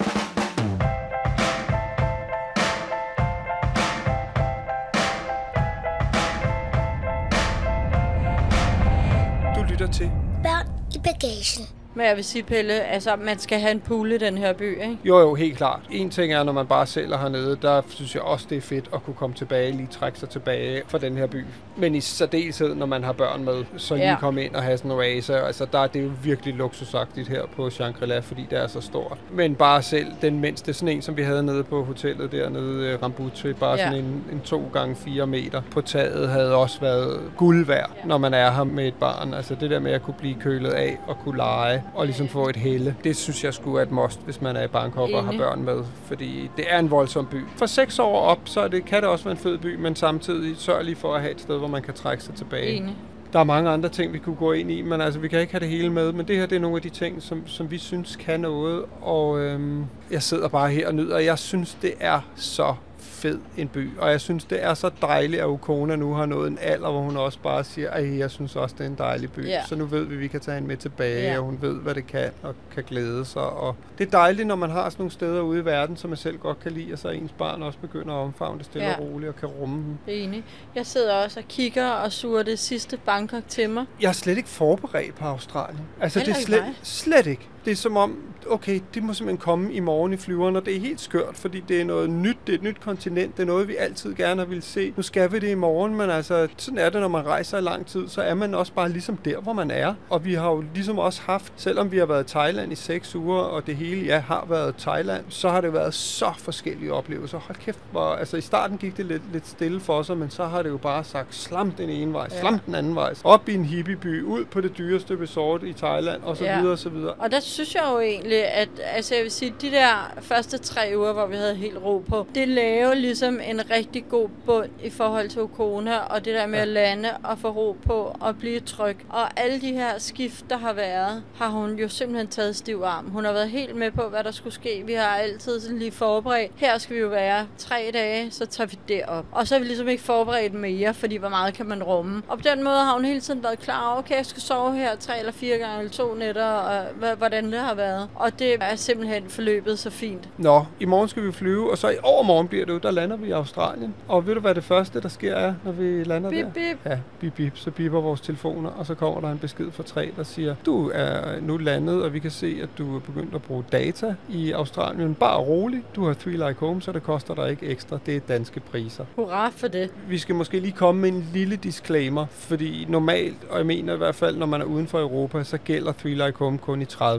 B: Til
D: børn i bagagen.
C: Men jeg vil sige, Pelle, altså man skal have en pool i den her by, ikke?
B: Jo, jo, helt klart. En ting er, når man bare sælger hernede, der synes jeg også, det er fedt at kunne komme tilbage, lige trække sig tilbage fra den her by. Men i særdeleshed, når man har børn med, så lige ja. komme ind og have sådan en racer. Altså, der er det jo virkelig luksusagtigt her på Shangri-La, fordi det er så stort. Men bare selv den mindste, sådan en, som vi havde nede på hotellet dernede, Rambutri, bare ja. sådan en, en to gange fire meter på taget, havde også været guld værd, ja. når man er her med et barn. Altså det der med at kunne blive kølet af og kunne lege og ligesom få et helle. Det synes jeg skulle er et must, hvis man er i Bangkok og har børn med, fordi det er en voldsom by. For seks år op, så det, kan det også være en fed by, men samtidig sørg lige for at have et sted, hvor man kan trække sig tilbage.
C: Enig.
B: Der er mange andre ting, vi kunne gå ind i, men altså, vi kan ikke have det hele med. Men det her, det er nogle af de ting, som, som vi synes kan noget, og øhm, jeg sidder bare her og nyder, og jeg synes, det er så fed en by, og jeg synes, det er så dejligt, at Ukona nu har nået en alder, hvor hun også bare siger, at jeg synes også, det er en dejlig by. Yeah. Så nu ved vi, at vi kan tage hende med tilbage, yeah. og hun ved, hvad det kan, og kan glæde sig. Og det er dejligt, når man har sådan nogle steder ude i verden, som man selv godt kan lide, og så ens barn også begynder at omfavne det stille yeah. og roligt, og kan rumme dem.
C: Det er enig. Jeg sidder også og kigger og suger det sidste Bangkok til mig.
B: Jeg er slet ikke forberedt på Australien. Altså, Heller det er slet, slet ikke. Det er som om, okay, det må simpelthen komme i morgen i flyveren, og det er helt skørt, fordi det er noget nyt, det er et nyt kontinent, det er noget, vi altid gerne har ville se. Nu skal vi det i morgen, men altså, sådan er det, når man rejser i lang tid, så er man også bare ligesom der, hvor man er. Og vi har jo ligesom også haft, selvom vi har været i Thailand i seks uger, og det hele, ja, har været Thailand, så har det været så forskellige oplevelser. Hold kæft, hvor, altså i starten gik det lidt, lidt stille for sig, men så har det jo bare sagt, slam den ene vej, ja. slam den anden vej, op i en hippieby, ud på det dyreste resort i Thailand, og så ja. videre, og så videre.
C: Og der synes jeg jo egentlig, at altså jeg vil sige, de der første tre uger, hvor vi havde helt ro på, det laver ligesom en rigtig god bund i forhold til Ukona, og det der med ja. at lande og få ro på og blive tryg. Og alle de her skift, der har været, har hun jo simpelthen taget stiv arm. Hun har været helt med på, hvad der skulle ske. Vi har altid sådan lige forberedt. Her skal vi jo være tre dage, så tager vi derop. Og så har vi ligesom ikke forberedt mere, fordi hvor meget kan man rumme. Og på den måde har hun hele tiden været klar over, okay, jeg skal sove her tre eller fire gange eller to nætter, og hvordan det har været. Og det er simpelthen forløbet så fint.
B: Nå, i morgen skal vi flyve, og så i overmorgen bliver det jo, der lander vi i Australien. Og ved du, hvad det første, der sker er, når vi lander
C: bip,
B: der?
C: Bip.
B: Ja, bip, bip. Så bipper vores telefoner, og så kommer der en besked fra tre, der siger, du er nu landet, og vi kan se, at du er begyndt at bruge data i Australien. Bare rolig, du har Three Like Home, så det koster dig ikke ekstra. Det er danske priser.
C: Hurra for det.
B: Vi skal måske lige komme med en lille disclaimer, fordi normalt, og jeg mener i hvert fald, når man er uden for Europa, så gælder Three Like Home kun i tredive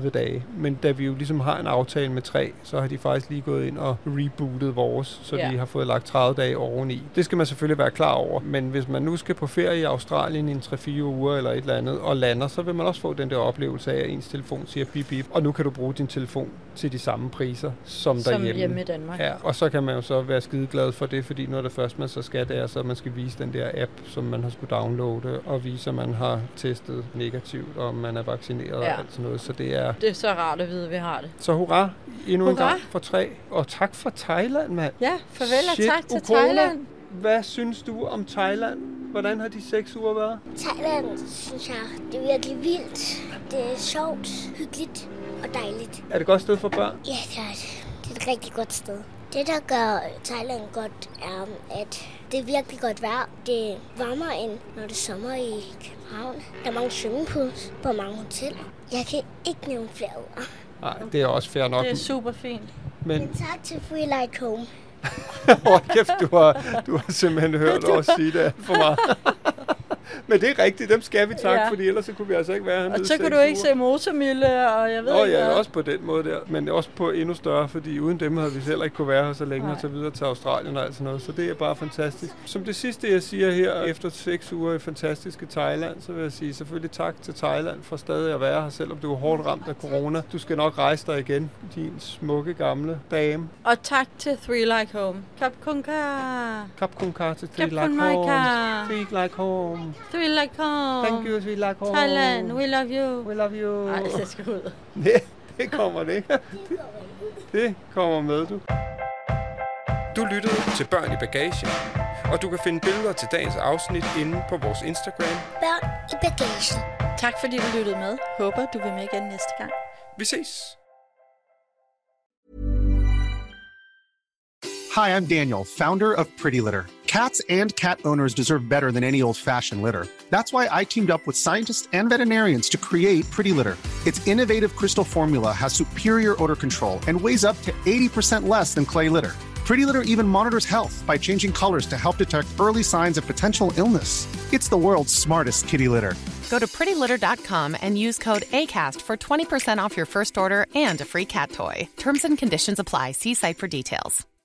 B: tredive dage. Men da vi jo ligesom har en aftale med tre, så har de faktisk lige gået ind og rebootet vores, så ja. de har fået lagt tredive dage oveni. Det skal man selvfølgelig være klar over, men hvis man nu skal på ferie i Australien i en tre fire uger eller et eller andet og lander, så vil man også få den der oplevelse af, at ens telefon siger bip bip, og nu kan du bruge din telefon til de samme priser som, som derhjemme.
C: Hjemme i Danmark.
B: Ja, og så kan man jo så være skideglad for det, fordi noget af det første, man så skal, det er, så man skal vise den der app, som man har skulle downloade, og vise, at man har testet negativt, og man er vaccineret ja. og alt sådan noget. Så det er...
C: Det er så rart at vide, at vi har det.
B: Så hurra endnu
C: hurra.
B: en gang for tre. Og tak for Thailand, mand.
C: Ja, farvel og
B: Shit,
C: tak til
B: Ukona.
C: Thailand.
B: Hvad synes du om Thailand? Hvordan har de seks uger været?
D: Thailand, synes jeg, det er virkelig vildt. Det er sjovt, hyggeligt og dejligt.
B: Er det et godt sted for børn?
D: Ja, det er det. Det er et rigtig godt sted. Det, der gør Thailand godt, er, at det er virkelig godt vejr. Det varmer end, når det er sommer i København. Der er mange swimmingpools på mange hoteller. Jeg kan ikke nævne flere ord.
B: Nej, det er også fair nok.
C: Det er super fint.
D: Men, Men tak til Free Like Home.
B: Hold kæft, du har, du har simpelthen hørt os sige det for mig. Men det er rigtigt, dem skal vi takke, ja. fordi ellers så kunne vi altså ikke være hernede.
C: Og så kunne du ikke se Motormille, og jeg ved
B: Nå,
C: ikke
B: ja,
C: hvad.
B: også på den måde der, men også på endnu større, fordi uden dem havde vi heller ikke kunne være her så længe Nej. og tage videre til Australien og alt sådan noget. Så det er bare fantastisk. Som det sidste, jeg siger her, efter seks uger i fantastiske Thailand, så vil jeg sige selvfølgelig tak til Thailand for stadig at være her, selvom du er hårdt ramt af corona. Du skal nok rejse dig igen, din smukke gamle dame.
C: Og tak til Three Like Home. Kap kun kar.
B: Kap kun kar til Three Like Home. Three Like Home.
C: Three Like Home.
B: Thank you, Three Like Home.
C: Thailand, we love you.
B: We love you.
C: Nej, det skal ud.
B: Nej, det kommer det ikke. Det kommer med, du. Du lyttede til Børn i Bagagen, og du kan finde billeder til dagens afsnit inde på vores Instagram.
D: Børn i Bagagen.
C: Tak fordi du lyttede med. Håber du vil med igen næste gang.
B: Vi ses.
F: Hi, I'm Daniel, founder of Pretty Litter. Cats and cat owners deserve better than any old-fashioned litter. That's why I teamed up with scientists and veterinarians to create Pretty Litter. Its innovative crystal formula has superior odor control and weighs up to eighty percent less than clay litter. Pretty Litter even monitors health by changing colors to help detect early signs of potential illness. It's the world's smartest kitty litter.
G: Go to pretty litter dot com and use code ACAST for twenty percent off your first order and a free cat toy. Terms and conditions apply. See site for details.